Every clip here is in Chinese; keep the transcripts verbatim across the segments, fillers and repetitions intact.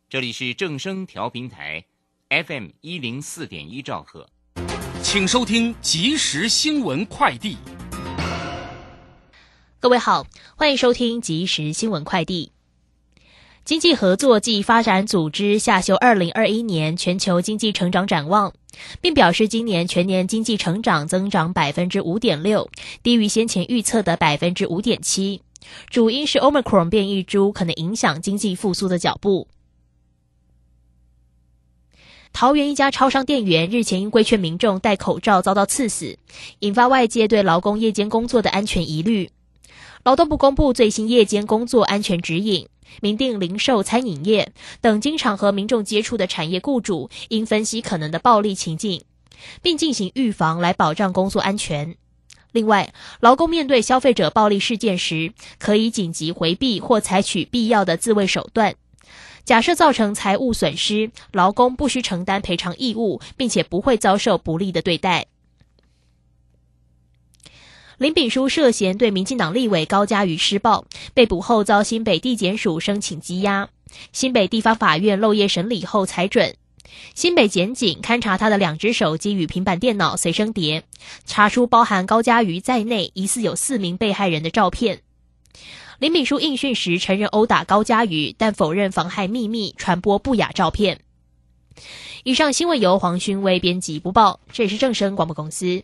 这里是正声调频台 F M 一零四点一兆赫， 请收听即时新闻快递。 各位好，欢迎收听即时新闻快递。经济合作暨发展组织下修二零二一年全球经济成长展望，并表示今年全年经济成长增长 百分之五点六， 低于先前预测的 百分之五点七， 主因是 Omicron 变异株可能影响经济复苏的脚步。桃园一家超商店员日前因规劝民众戴口罩遭到刺死，引发外界对劳工夜间工作的安全疑虑。劳动部公布最新夜间工作安全指引，明定零售、餐饮业等经常和民众接触的产业雇主应分析可能的暴力情境，并进行预防来保障工作安全。另外，劳工面对消费者暴力事件时，可以紧急回避或采取必要的自卫手段。假设造成财务损失，劳工不需承担赔偿义务，并且不会遭受不利的对待。林炳书涉嫌对民进党立委高嘉瑜施暴，被捕后遭新北地检署申请羁押，新北地方法院漏夜审理后裁准。新北检警勘查他的两只手机与平板电脑随身碟，查出包含高嘉瑜在内疑似有四名被害人的照片。林炳书应讯时承认殴打高嘉瑜，但否认妨害秘密、传播不雅照片。以上新闻由黄勋威编辑播报，这里是正声广播公司。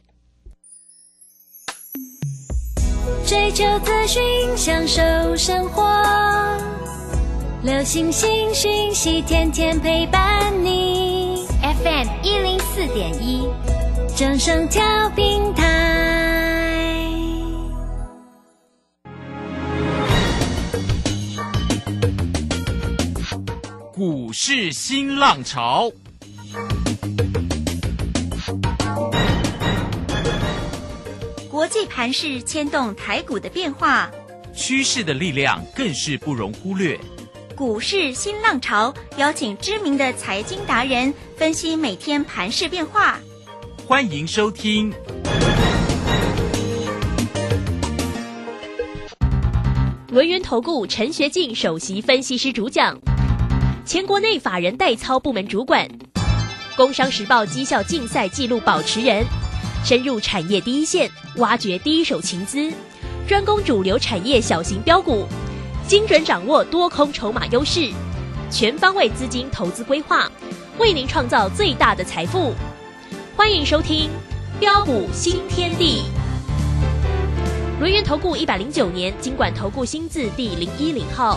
追求资讯，享受生活，流行新讯息，天天陪伴你。F M 一零四点一，正声调频台。 股市新浪潮， 国际盘势牵动台股的变化， 趋势的力量更是不容忽略。 股市新浪潮邀请知名的财经达人分析每天盘势变化。 欢迎收听轮源投顾陈学进首席分析师主讲，前国内法人代操部门主管，工商时报绩效竞赛纪录保持人，深入产业第一线，挖掘第一手情资，专攻主流产业小型标股，精准掌握多空筹码优势，全方位资金投资规划，为您创造最大的财富。欢迎收听标股新天地。轮源投顾一百零九年金管投顾新字第零一零号。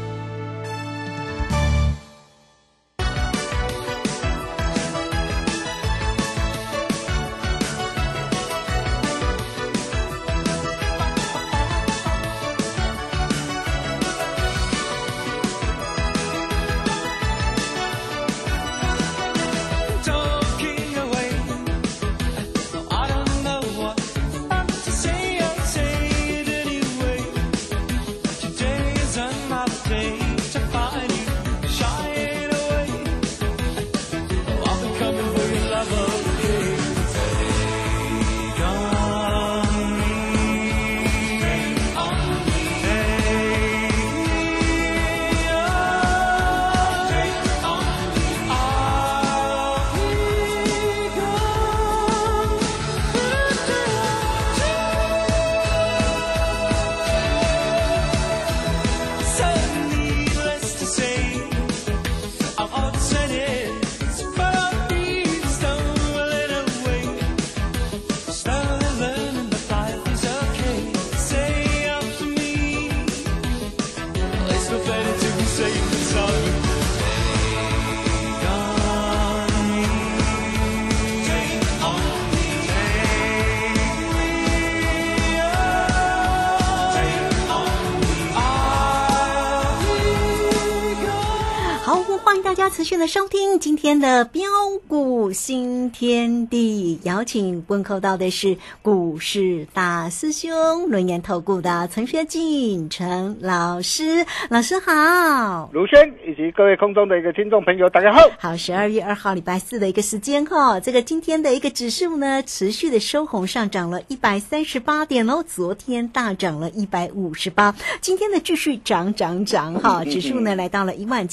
持续的收听今天的标股新天地，邀请问候到的是股市大师兄轮研投顾的陈学进陈老师，老师好。 卢轩以及各位空中的一个听众朋友大家好。 好，十二月二号礼拜四的一个时间哈，这个今天的一个指数呢持续的收红，上涨了一百三十八点哦，昨天大涨了一百五十八，今天的继续涨涨涨哈，指数呢来到了一万七千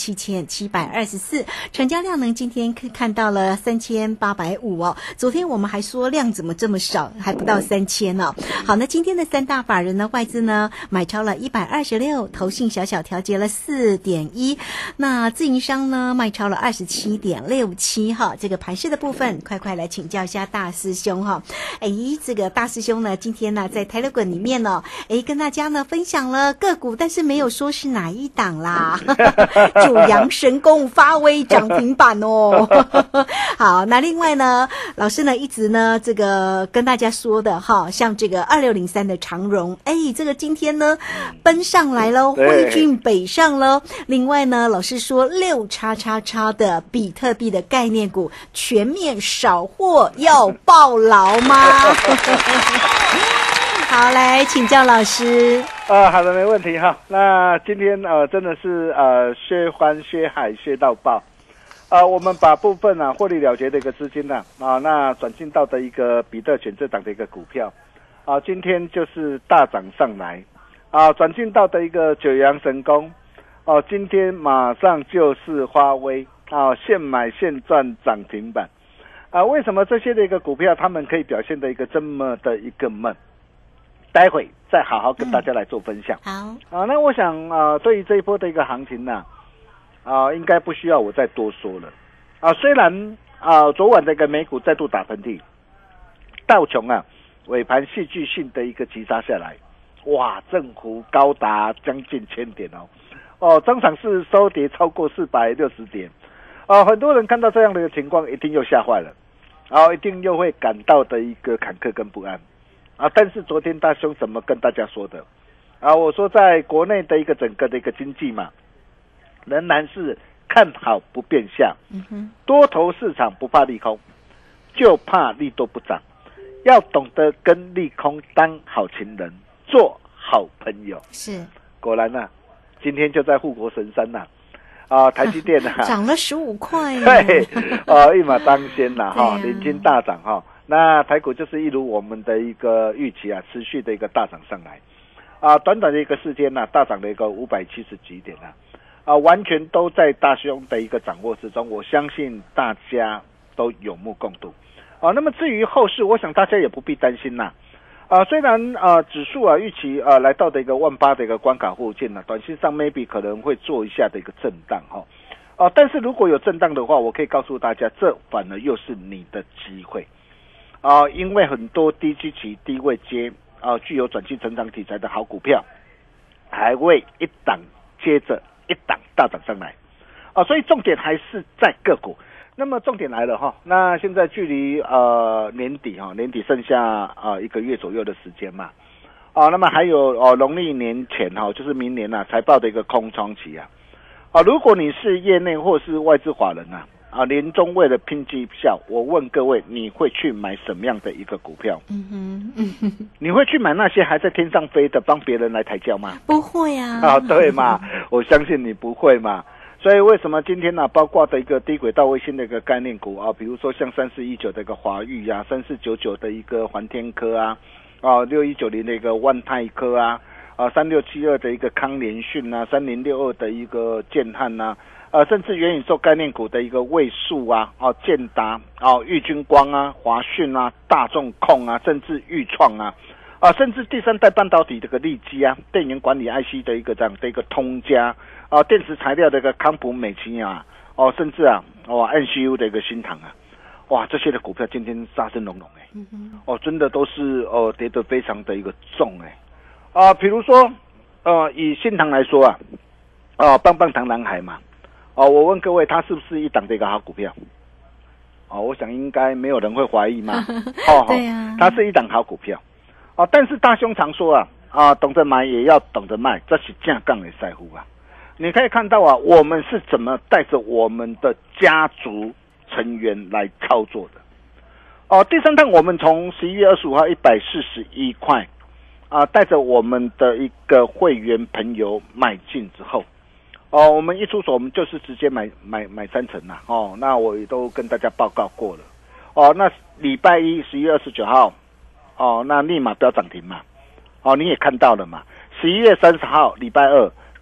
件七百二十四，成交量呢今天看到了三千八百五哦。昨天我们还说量怎么这么少，还不到三千哦。好，那今天的三大法人呢，外资呢买超了一百二十六，投信小小调节了四点一，那自营商呢卖超了二十七点六七哈。这个盘势的部分，快快来请教一下大师兄哈。哎，这个大师兄呢，今天呢在 Telegram 里面呢，哎跟大家呢分享了个股，但是没有说是哪一档啦。九阳神功发威涨停板哦。好，那另外呢，老师呢一直呢这个跟大家说的哈，像这个二六零三的长荣，哎，这个今天呢奔上来喽，汇俊北上喽。另外呢，老师说六叉叉叉的比特币的概念股全面扫货要抱牢吗？好，来请教老师。 啊，好的，没问题哈。那今天呃，真的是呃，削欢削海削到爆。呃，我们把部分啊获利了结的一个资金呢 啊, 啊，那转进到的一个比特选择档的一个股票啊，今天就是大涨上来啊，转进到的一个九阳神功哦、啊，今天马上就是发威啊，现买现赚涨停板啊。为什么这些的一个股票他们可以表现的一个这么的一个猛？待会再好好跟大家来做分享。 嗯、 好啊，那我想啊，对于这一波的一个行情呢、啊，啊，应该不需要我再多说了啊。虽然啊，昨晚的一个美股再度打喷嚏，道琼啊尾盘戏剧性的一个急杀下来，哇，振幅高达将近千点哦，哦，当场是收跌超过四百六十点，啊，很多人看到这样的一个情况，一定又吓坏了，然后一定又会感到的一个坎坷跟不安。啊！但是昨天大兄怎么跟大家说的？啊，我说在国内的一个整个的一个经济嘛，仍然是看好不变相。嗯哼，多头市场不怕利空，就怕利多不涨。要懂得跟利空当好情人，做好朋友。 是， 果然啊，今天就在护国神山呐、啊，啊，台积电啊， 涨了十五块。 对，啊，一马当先呐，哈、啊，领军大涨哈。那台股就是一如我们的一个预期啊，持续的一个大涨上来，啊，短短的一个时间呢、啊，大涨了一个五百七十几点啊，啊，完全都在大兄的一个掌握之中，我相信大家都有目共睹，啊，那么至于后市，我想大家也不必担心呐、啊，啊，虽然啊指数啊预期啊来到的一个万八的一个关卡附近呢、啊，短线上 maybe 可能会做一下的一个震荡哈，啊，但是如果有震荡的话，我可以告诉大家，这反而又是你的机会。啊，因为很多低基期、低位接啊，具有转型成长题材的好股票，还会一档接着一档大涨上来，啊，所以重点还是在个股。那么重点来了哈，那现在距离呃年底哈，年底剩下啊一个月左右的时间嘛，啊，那么还有哦农历年前哈，就是明年呐财报的一个空窗期啊，啊，如果你是业内或是外资法人呐。啊，年终为了拼绩效，我问各位，你会去买什么样的一个股票？嗯哼，嗯哼，你会去买那些还在天上飞的，帮别人来抬轿吗？ 不会啊。 啊，对嘛，我相信你不会嘛。所以为什么今天呢、啊，包括的一个低轨道卫星的一个概念股啊，比如说像三四一九的一个华裕啊，三四九九的一个环天科啊，啊六一九零的一个万泰科啊，啊三六七二的一个康联讯啊，三零六二的一个建汉啊。呃，甚至元宇宙概念股的一个位数啊，哦，建达啊，裕军光啊，华讯啊，大众控啊，甚至裕创啊，啊，甚至第三代半导体这个利基啊，电源管理 I C 的一个这样的一个通家啊，电池材料的一个康普美奇啊，哦，甚至啊，哇 ，N C U 的一个新唐啊，哇，这些的股票今天杀声隆隆哎，嗯、哦，真的都是哦跌得非常的一个重哎，啊，比如说呃，以新唐来说啊，哦，棒棒糖男孩嘛。哦，我问各位，它是不是一档的一个好股票？哦，我想应该没有人会怀疑嘛。哦， 对啊， 它是一档好股票。哦，但是大兄常说啊，啊，懂得买也要懂得卖，这是正港的师傅啊。你可以看到啊，我们是怎么带着我们的家族成员来操作的。哦，第三趟我们从十一月二十五号一百四十一块啊，带着我们的一个会员朋友买进之后。哦，我们一出手，我们就是直接买买买三成啦。哦，那我也都跟大家报告过了。哦，那礼拜一十一月二十九号，哦，那立马飙涨停嘛。哦，你也看到了嘛。十一月三十号，礼拜二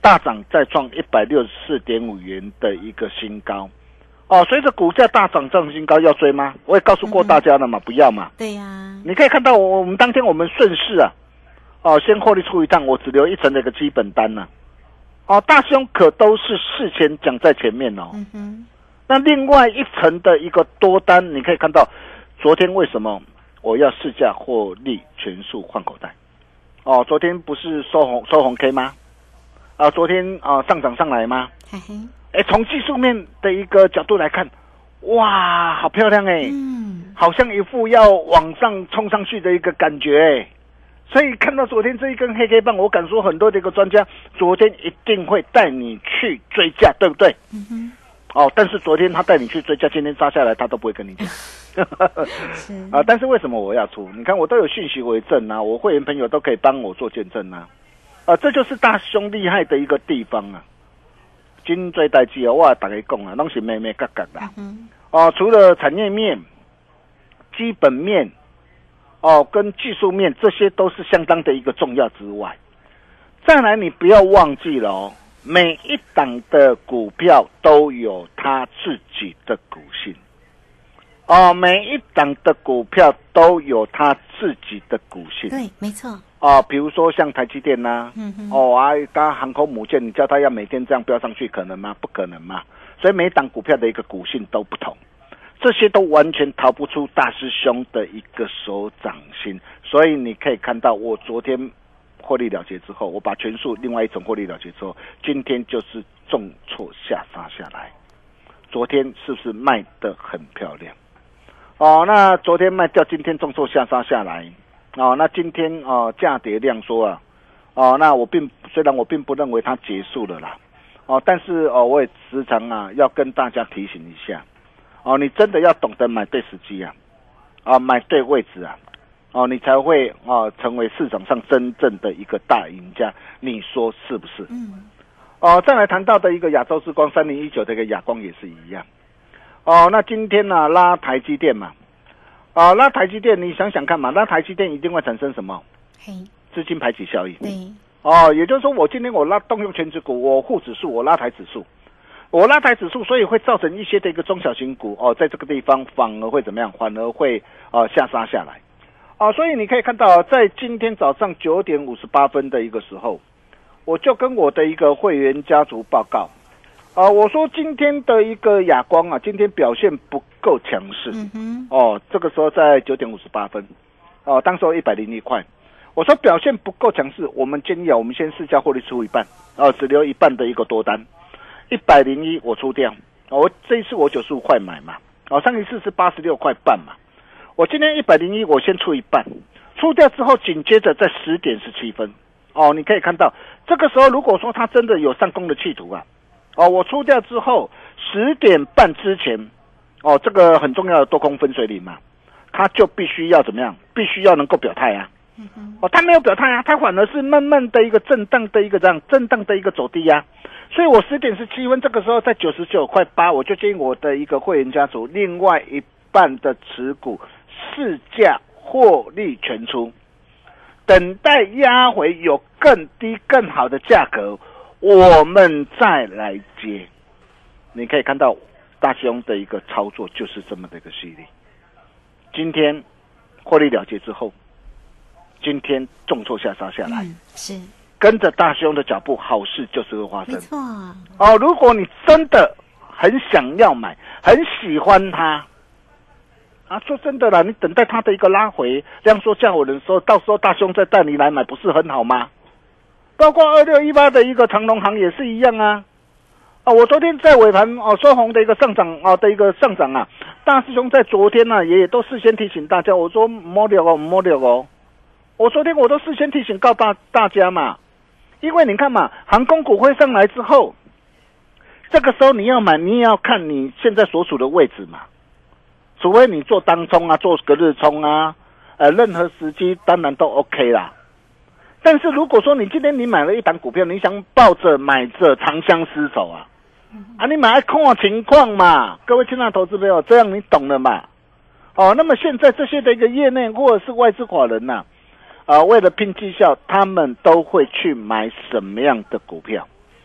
大涨再创一百六十四点五元的一个新高。哦，随着股价大涨创新高，要追吗？我也告诉过大家了嘛，嗯、不要嘛。 对呀、啊。 你可以看到我我们当天我们顺势啊，哦，先获利出一趟，我只留一成的一个基本单呢、啊。哦，大兄可都是事前讲在前面哦。嗯哼。那另外一层的一个多单，你可以看到，昨天为什么我要市价获利全数换口袋？哦，昨天不是收红收红 K 吗？啊，昨天啊上涨上来吗？嘿嘿。哎，从技术面的一个角度来看，哇，好漂亮哎，嗯，好像一副要往上冲上去的一个感觉哎。所以看到昨天这一根黑 K 棒，我敢说很多的一个专家昨天一定会带你去追价，对不对？嗯哼。哦，但是昨天他带你去追价，今天杀下来他都不会跟你讲。啊，但是为什么我要出？你看我都有讯息为证啊，我会员朋友都可以帮我做见证啊。啊，这就是大兄厉害的一个地方啊。真最代志哦，我大家讲啊，拢是咩咩角角啦。嗯、哦，除了产业面、基本面，哦，跟技术面，这些都是相当的一个重要之外，再来你不要忘记了哦，每一档的股票都有它自己的股性。哦，每一档的股票都有它自己的股性。 对，没错。 哦，比如说像台积电呐、啊，嗯、哦啊，它航空母舰，你叫它要每天这样飙上去，可能吗？不可能嘛。所以每一档股票的一个股性都不同，这些都完全逃不出大师兄的一个手掌心。所以你可以看到，我昨天获利了结之后，我把全数另外一种获利了结之后，今天就是重挫下杀下来。昨天是不是卖得很漂亮？哦，那昨天卖掉，今天重挫下杀下来，哦，那今天哦价跌量缩啊，哦，那我并虽然我并不认为它结束了啦，哦，但是哦我也时常啊要跟大家提醒一下，哦，你真的要懂得买对时机啊，啊买对位置啊，哦你才会哦成为市场上真正的一个大赢家，你说是不是？嗯。哦，再来谈到的一个亚洲之光三零一九的一个亚光也是一样。哦，那今天呢、啊、拉台积电嘛，啊拉台积电，你想想看嘛，拉台积电一定会产生什么？嘿，资金排挤效应。对。哦，也就是说，我今天我拉动用全指股，我护指数，我拉台指数，我拉台指数，所以会造成一些的一个中小型股哦，在这个地方反而会怎么样？反而会呃下杀下来。哦，所以你可以看到，在今天早上九点五十八分的一个时候，我就跟我的一个会员家族报告。啊、呃，我说今天的一个亚光啊，今天表现不够强势。嗯哼。哦，这个时候在九点五十八分，哦，当时候一百零一块，我说表现不够强势，我们建议啊，我们先市价获利出一半，哦，只留一半的一个多单，一百零一我出掉，哦，我这一次我九十五块买嘛，哦，上一次是八十六块半嘛，我今天一百零一我先出一半，出掉之后紧接着在十点十七分，哦，你可以看到这个时候如果说它真的有上攻的企图啊。哦，我出掉之后，十点半之前，哦，这个很重要的多空分水岭嘛，他就必须要怎么样？必须要能够表态啊。嗯哼。哦，他没有表态啊，他反而是慢慢的一个震荡的一个这样震荡的一个走低啊。所以我十点十七分这个时候在九十九块八，我就建议我的一个会员家族另外一半的持股市价获利全出，等待压回有更低更好的价格。我们再来接，你可以看到大兄的一个操作就是这么的一个犀利。今天获利了结之后，今天重挫下杀下来，嗯、是跟着大兄的脚步，好事就是会发生。没错。哦，如果你真的很想要买，很喜欢它，啊，说真的啦，你等待它的一个拉回，量缩价稳的时候，到时候大兄再带你来买，不是很好吗？包括二六一八的一个长荣行也是一样啊，啊，我昨天在尾盘哦收红的一个上涨啊的一个上涨啊，大师兄在昨天呢、啊、也都事先提醒大家，我说摸了哦摸了哦，我昨天我都事先提醒告大大家嘛，因为你看嘛，航空股会上来之后，这个时候你要买，你也要看你现在所处的位置嘛，除非你做当冲啊，做隔日冲啊，呃，任何时机当然都 OK 啦。但是如果说你今天你买了一档股票，你想抱着买着长相厮守啊，啊，你买来看情况嘛，各位亲爱的投资朋友，这样你懂了嘛？哦，那么现在这些的一个业内或者是外资法人呐、啊，啊，为了拼绩效，他们都会去买什么样的股票？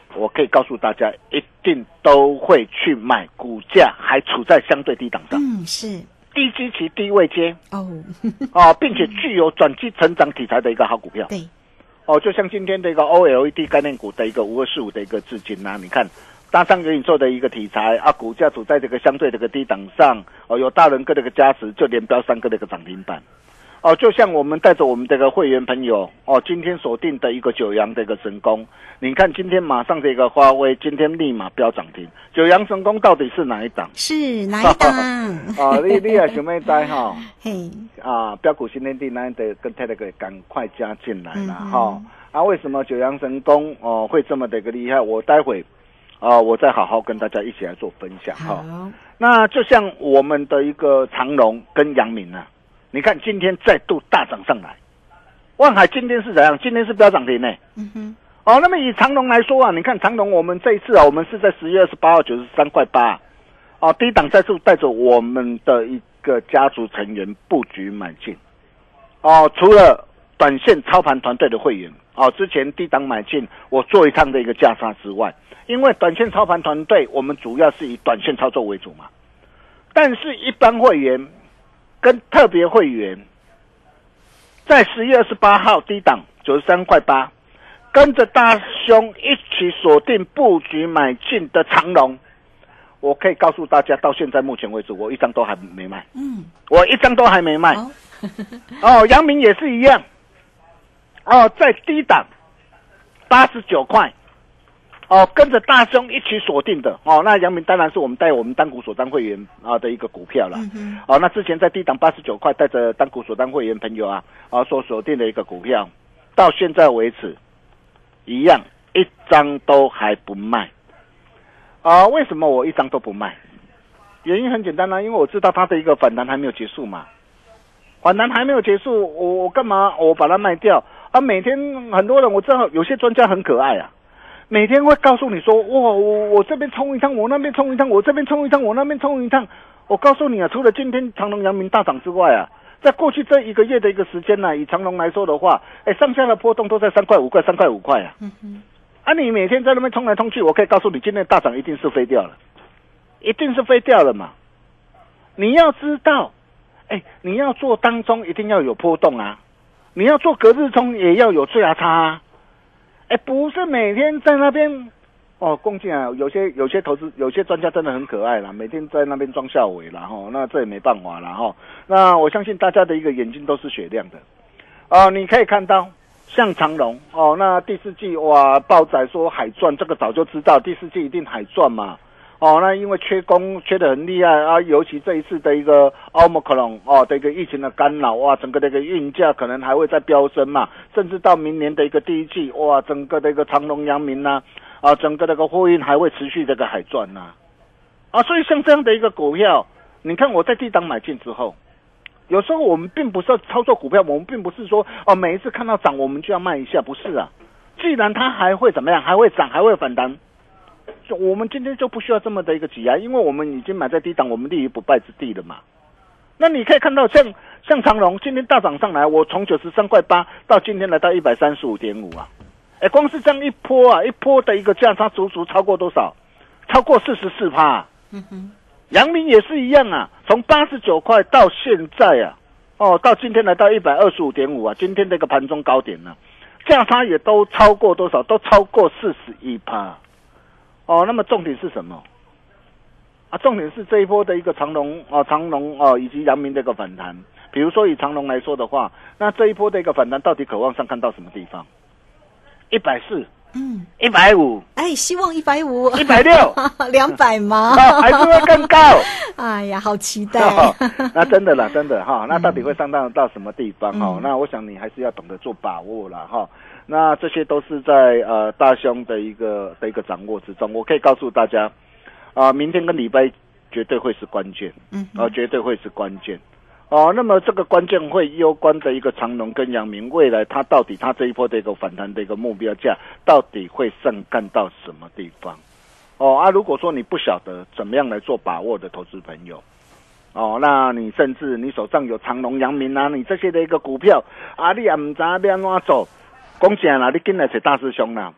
我可以告诉大家，一定都会去买股价还处在相对低档上， 嗯，是低基期、低位阶哦， 哦，并且具有转机成长题材的一个好股票。 对， 哦，就像今天的一个 O L E D 概念股的一个五二四五的一个至今啊，你看大上元宇宙的一个题材啊，股价处在这个相对这个低档上，哦，有大人哥的一个加持，就连标三个的一个涨停板。哦，就像我们带着我们这个会员朋友哦，今天锁定的一个九阳的一个神功，你看今天马上这个华为今天立马飙涨停，九阳神功到底是哪一档？ 是哪一档？ 哦，你你也想要知哈？ 嘿， 啊，标股新天地那的跟泰那个赶快加进来了哈、 嗯哦。啊，为什么九阳神功哦会这么的一个厉害？我待会啊、呃，我再好好跟大家一起来做分享哈、哦。那就像我们的一个长荣跟阳明啊。你看今天再度大涨上来，万海今天是怎样？今天是飙涨停呢。嗯哼。哦，那么以长荣来说啊，你看长荣我们这一次啊，我们是在十月二十八号九十三块八，哦，低档再度带着我们的一个家族成员布局买进。哦，除了短线操盘团队的会员，哦，之前低档买进，我做一趟的一个价差之外，因为短线操盘团队我们主要是以短线操作为主嘛，但是一般会员。跟特别会员，在十月二十八号低档九十三块八，跟着大兄一起锁定布局买进的长荣，我可以告诉大家，到现在目前为止，我一张都还没卖。嗯，我一张都还没卖。哦，哦，阳明也是一样。哦，在低档八十九块。哦，跟着大兄一起锁定的哦，那阳明当然是我们带我们单股锁单会员啊的一个股票了。嗯、哦，那之前在低档八十九块带着单股锁单会员朋友啊啊所锁定的一个股票，到现在为止一样一张都还不卖。啊，为什么我一张都不卖？原因很简单啦、啊，因为我知道它的一个反弹还没有结束嘛，反弹还没有结束，我我干嘛我把它卖掉啊？每天很多人我知道有些专家很可爱啊。每天会告诉你说，哇，我我这边冲一趟，我那边冲一趟，我这边冲一趟，我那边冲一趟。我告诉你啊，除了今天长荣、阳明大涨之外啊，在过去这一个月的一个时间呢、啊，以长荣来说的话，哎，上下的波动都在三块、五块、三块、五块啊。嗯哼。啊，你每天在那边冲来冲去，我可以告诉你，今天的大涨一定是飞掉了，一定是飞掉了嘛。你要知道，哎，你要做当中一定要有波动啊，你要做隔日冲也要有最压差啊。哎，不是每天在那边哦，共进啊，有些有些投资，有些专家真的很可爱啦，每天在那边装校委啦哈，那这也没办法啦哈。那我相信大家的一个眼睛都是雪亮的，哦，你可以看到像长荣哦，那第四季哇，报载说海赚，这个早就知道第四季一定海赚嘛。哦，那因为缺工缺得很厉害啊，尤其这一次的一个奥密克戎哦的一个疫情的干扰哇，整个的一个运价可能还会再飙升嘛，甚至到明年的一个第一季哇，整个的一个长荣、阳明呐啊，整个的一个货运还会持续这个海赚呐啊，所以像这样的一个股票，你看我在低档买进之后，有时候我们并不是要操作股票，我们并不是说哦每一次看到涨我们就要卖一下，不是啊，既然它还会怎么样，还会涨，还会反弹。我们今天就不需要这么的一个挤压，因为我们已经买在低档，我们立于不败之地了嘛。那你可以看到像像长荣今天大涨上来，我从九十三块八到今天来到一百三十五点五啊，哎，光是这样一波啊，一波的一个价差足足超过多少？超过四十四趴。嗯哼，阳明也是一样啊，从八十九块到现在啊，哦，到今天来到一百二十五点五啊，今天这个盘中高点呢、啊，价差也都超过多少？都超过四十一趴。哦，那么重点是什么？啊，重点是这一波的一个长荣哦，长荣哦以及阳明的一个反弹。比如说以长荣来说的话，那这一波的一个反弹到底渴望上看到什么地方？一百四，嗯，一百五， 哎，希望一百五， 一百六， 两百吗？ 哦，还是会更高。 哎呀，好期待！ 哦、那真的啦，真的哈、哦，那到底会上到到什么地方哈、嗯？那我想你还是要懂得做把握啦哈。那这些都是在呃大兄的一个的一个掌握之中，我可以告诉大家，啊、呃，明天跟礼拜绝对会是关键，嗯，啊、呃，绝对会是关键，哦、呃，那么这个关键会攸关的一个长荣跟阳明未来它到底它这一波的一个反弹的一个目标价到底会上干到什么地方，哦啊，如果说你不晓得怎么样来做把握的投资朋友。哦，那你甚至你手上有长荣、阳明啊，你这些的一个股票啊，你也唔知道要怎么走。讲真啦，你进来找大师兄啦。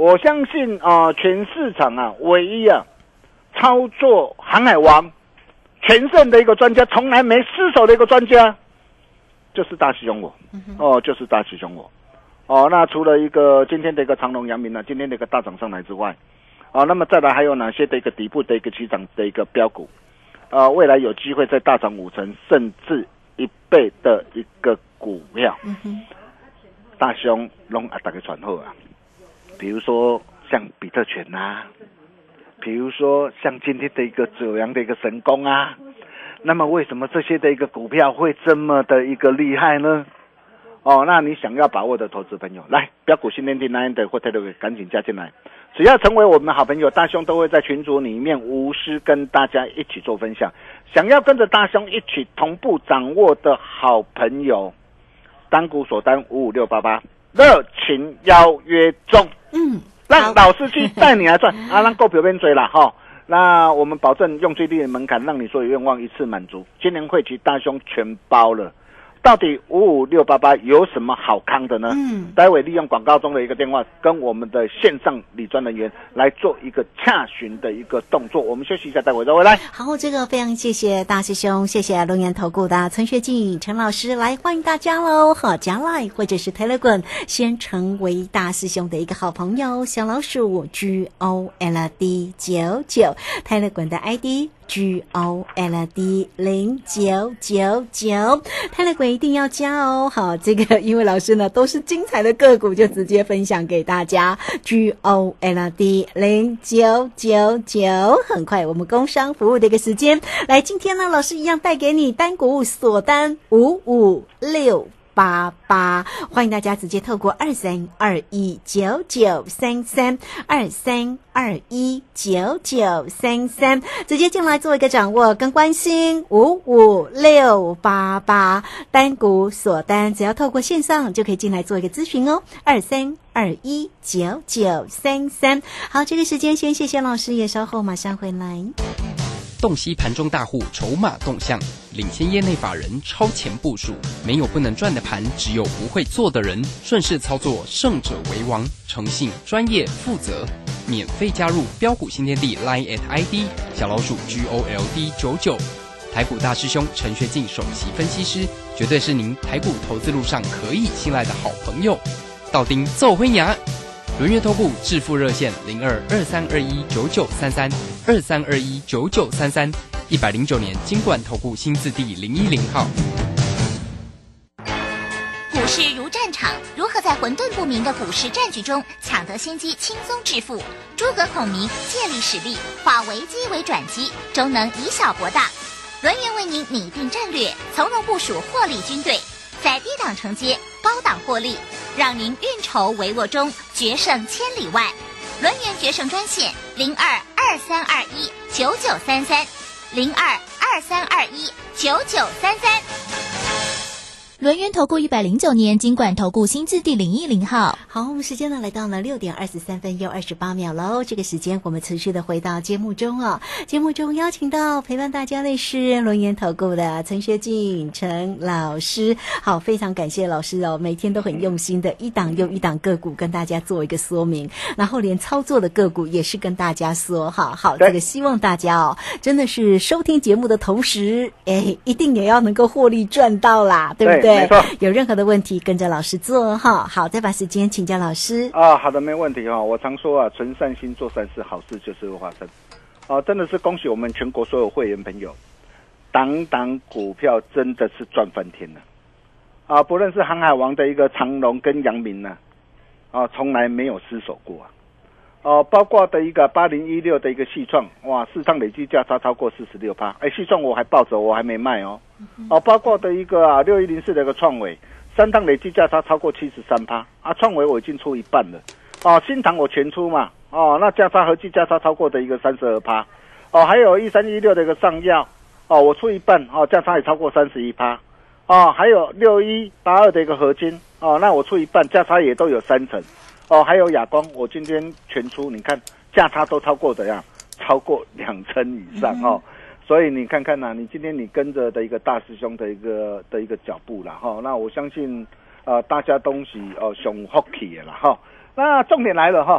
我相信啊、呃，全市场啊，唯一啊操作航海王全胜的一个专家，从来没失手的一个专家，就是大师兄我，哦，就是大师兄我。哦，那除了一个今天的一个长荣、阳明呢，今天的一个大涨上来之外，啊，那么再来还有哪些的一个底部的一个起涨的一个标股，啊，未来有机会再大涨五成甚至一倍的一个股票，嗯哼，大兄拢啊大家传后啊，比如说像比特犬啊，比如说像今天的一个九阳的一个神功啊，那么为什么这些的一个股票会这么的一个厉害呢？哦，那你想要把握的投资朋友，来标股新天地那的或 Telegram 赶紧加进来，只要成为我们的好朋友，大兄都会在群组里面无私跟大家一起做分享。想要跟着大兄一起同步掌握的好朋友，单股锁单五五六八八，热情邀约中。嗯，让老司机带你来赚啊，让够表边追了哈。那我们保证用最低的门槛，让你所有愿望一次满足。今年会期大兄全包了。到底五五六八八有什么好康的呢？嗯，待会利用广告中的一个电话，跟我们的线上理专人员来做一个洽询的一个动作。我们休息一下，待会再回来。 好，这个非常谢谢大师兄，谢谢龙岩投顾的陈学进陈老师来欢迎大家喽！好，加 Line 或者是 Telegram 先成为大师兄的一个好朋友，小老鼠 G O L D 九九 Telegram 的 I D。G O L D 零九九九，泰勒鬼一定要加哦。好，这个因为老师呢都是精彩的个股，就直接分享给大家。G O L D 零九九九，很快我们工商服务的一个时间，来，今天呢老师一样带给你单股锁单五五六。八八，欢迎大家直接透过二三二一九九三三二三二一九九三三直接进来做一个掌握跟关心。五五六八八单股锁单，只要透过线上就可以进来做一个咨询哦。二三二一九九三三，好，这个时间先谢谢老师，也稍后马上回来。 洞悉盘中大户筹码动向，领先业内法人超前部署，没有不能赚的盘，只有不会做的人。顺势操作，胜者为王。诚信、专业、负责，免费加入标股新天地 Line at I D 小老鼠 G O L D 九九，台股大师兄陈学进首席分析师，绝对是您台股投资路上可以信赖的好朋友。道丁奏辉牙。轮月投顾致富热线零二二三二一九九三三二三二一九九三三，一百零九年金管投顾新字第零一零号。 股市如战场，如何在混沌不明的股市战局中抢得先机，轻松致富？诸葛孔明借力使力，化危机为转机，终能以小博大。轮源为您拟定战略，从容部署获利军队，在低档承接，高档获利，让您运筹帷幄中决胜千里外。轮源决胜专线零二二三二一九九三三零二二三二一九九三三。 轮源投顾一百零九年金管投顾新字第零一零号。 好，我们时间呢来到了六点二十三分又二十八秒喽。这个时间我们持续的回到节目中啊、哦，节目中邀请到陪伴大家的是轮源投顾的陈学进陈老师。好，非常感谢老师哦，每天都很用心的一档又一档个股跟大家做一个说明，然后连操作的个股也是跟大家说。好好，这个希望大家哦，真的是收听节目的同时，哎，一定也要能够获利赚到啦，对不对？ 没错， 有任何的问题跟着老师做哈。好，再把时间请教老师啊。好的，没问题哈。我常说啊，存善心做善事，好事就是会发生。啊，真的是恭喜我们全国所有会员朋友，档档股票真的是赚翻天了啊！不论是航海王的一个长荣跟阳明呢、啊，啊，从来没有失手过啊。哦、啊，包括的一个八零一六的一个细创，哇，市场累计价差超过四十六趴，哎，细创我还抱着，我还没卖哦。哦、啊，包括的一个啊六一零四的一个创伟，三趟累计价差超过七十三趴，啊，创伟我已经出一半了，哦、啊，新唐我全出嘛，哦、啊，那价差合计价差超过的一个三十二趴，哦，还有一三一六的一个上药，哦、啊，我出一半，哦、啊，价差也超过三十一趴，哦，还有六一八二的一个合金，哦、啊，那我出一半，价差也都有三成。哦，还有亚光，我今天全出，你看价差都超过怎样？超过两成以上哦。所以你看看呐、啊，你今天你跟着的一个大师兄的一个的一个脚步啦，哈、哦，那我相信呃大家东西哦熊福气的啦哈。那重点来了哈，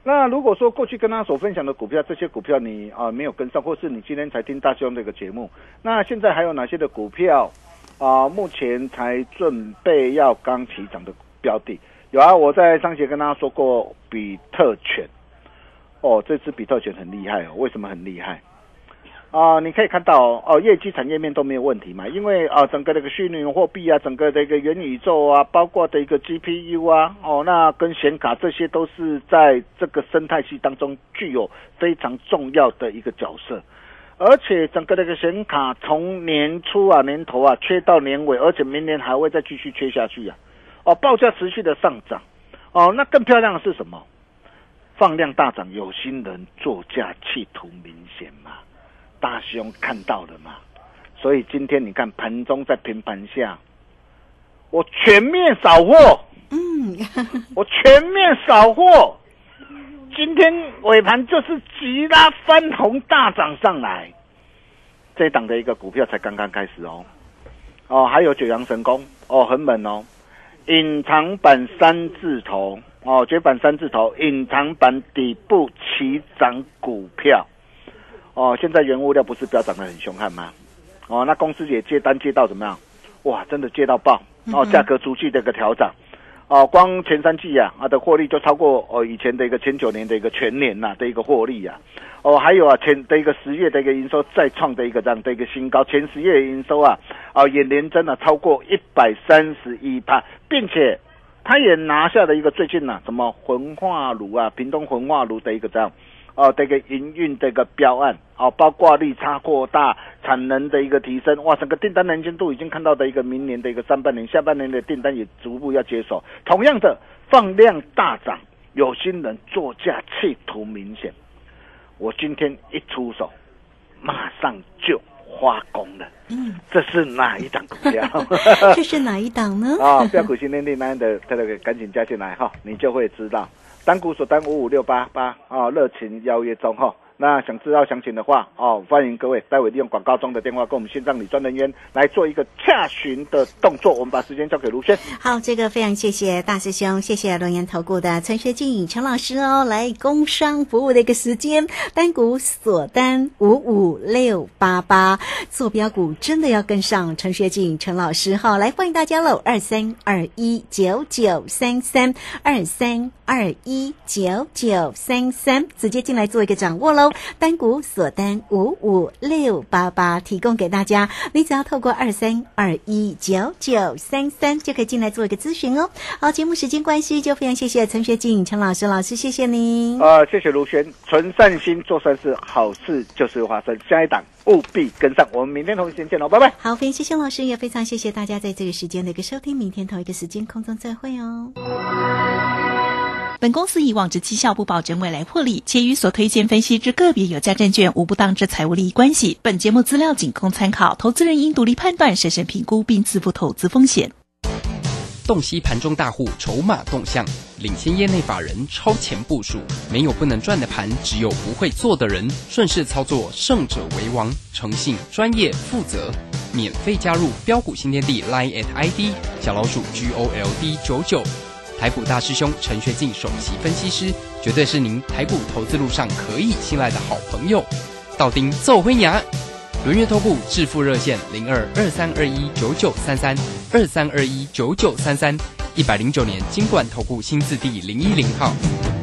那如果说过去跟他所分享的股票，这些股票你啊、呃、没有跟上，或是你今天才听大兄这个节目，那现在还有哪些的股票啊、呃？目前才准备要刚起涨的标的有啊，我在上节跟大家说过比特犬哦，这支比特犬很厉害哦，为什么很厉害？啊、呃，你可以看到哦，业绩产业面都没有问题嘛，因为啊、呃，整个这个虚拟货币啊，整个的一个元宇宙啊，包括的一个 G P U 啊，哦，那跟显卡这些都是在这个生态系当中具有非常重要的一个角色，而且整个这个显卡从年初啊、年头啊缺到年尾，而且明年还会再继续缺下去啊，哦，报价持续的上涨，哦，那更漂亮的是什么？放量大涨，有心人作价企图明显嘛。大兄看到了嘛？所以今天你看盘中在平盘下，我全面扫货， 嗯， 我全面扫货。今天尾盘就是急拉翻红大涨上来，这一档的一个股票才刚刚开始哦。哦，还有九阳神功哦，很猛哦，隐藏版三字头哦，绝版三字头，隐藏版底部起涨股票。哦，现在原物料不是飙涨得很凶悍吗？哦，那公司也接单接到怎么样？哇，真的接到爆！哦，价格逐季的一个调涨，哦，光前三季啊，啊的获利就超过哦以前的一个前九年的一个全年呐、啊、的一个获利啊，哦，还有啊前的一个十月的一个营收再创的一个这样的一个新高，前十月的营收啊，啊也连增了超过一百三十一趴，并且他也拿下了一个最近呐、啊、什么焚化炉啊，屏东焚化炉的一个这样。哦，这个营运的一个标案，哦，包括利差扩大、产能的一个提升，哇，整个订单能见度已经看到的一个明年的一个上半年、下半年的订单也逐步要接手。同样的，放量大涨，有心人作价企图明显。我今天一出手，马上就发功了。嗯，这是哪一档股票？ 这是哪一档呢？ 啊，标股新天地那的这个赶紧加进来哈，你就会知道。单股锁单五五六八八啊，热情邀约中哈。那想知道详情的话哦，欢迎各位待会利用广告中的电话跟我们线上理专人员来做一个洽询的动作。我们把时间交给卢轩。 好，这个非常谢谢大师兄，谢谢轮研投顾的陈学进陈老师哦，来工商服务的一个时间，单股锁单五五六八八，坐标股真的要跟上陈学进陈老师哈，来欢迎大家喽，二三二一九九三三二三二一九九三三，直接进来做一个掌握喽。单股锁单五五六八八提供给大家，你只要透过二三二一九九三三就可以进来做一个咨询哦。好，节目时间关系，就非常谢谢陈学进陈老师，老师谢谢您。 呃，谢谢卢璇，存善心做善事，好事就是发生。下一档务必跟上，我们明天同一时间见喽，拜拜。 好，非常谢谢老师，也非常谢谢大家在这个时间的一个收听，明天同一个时间空中再会哦。 本公司以往之绩效不保证未来获利，且与所推荐分析之个别有价证券无不当之财务利益关系。本节目资料仅供参考，投资人应独立判断、审慎评估并自负投资风险。 洞悉盘中大户筹码动向，领先业内法人超前部署，没有不能赚的盘，只有不会做的人。顺势操作，胜者为王。诚信、专业、负责。免费加入标股新天地 Line at I D 小老鼠 G O L D 九九。台股大师兄陈学进首席分析师，绝对是您台股投资路上可以信赖的好朋友。道丁奏辉牙，轮月投顾致富热线零二二三二一九九三三二三二一九九三三，一百零九年金管投顾新字第零一零号。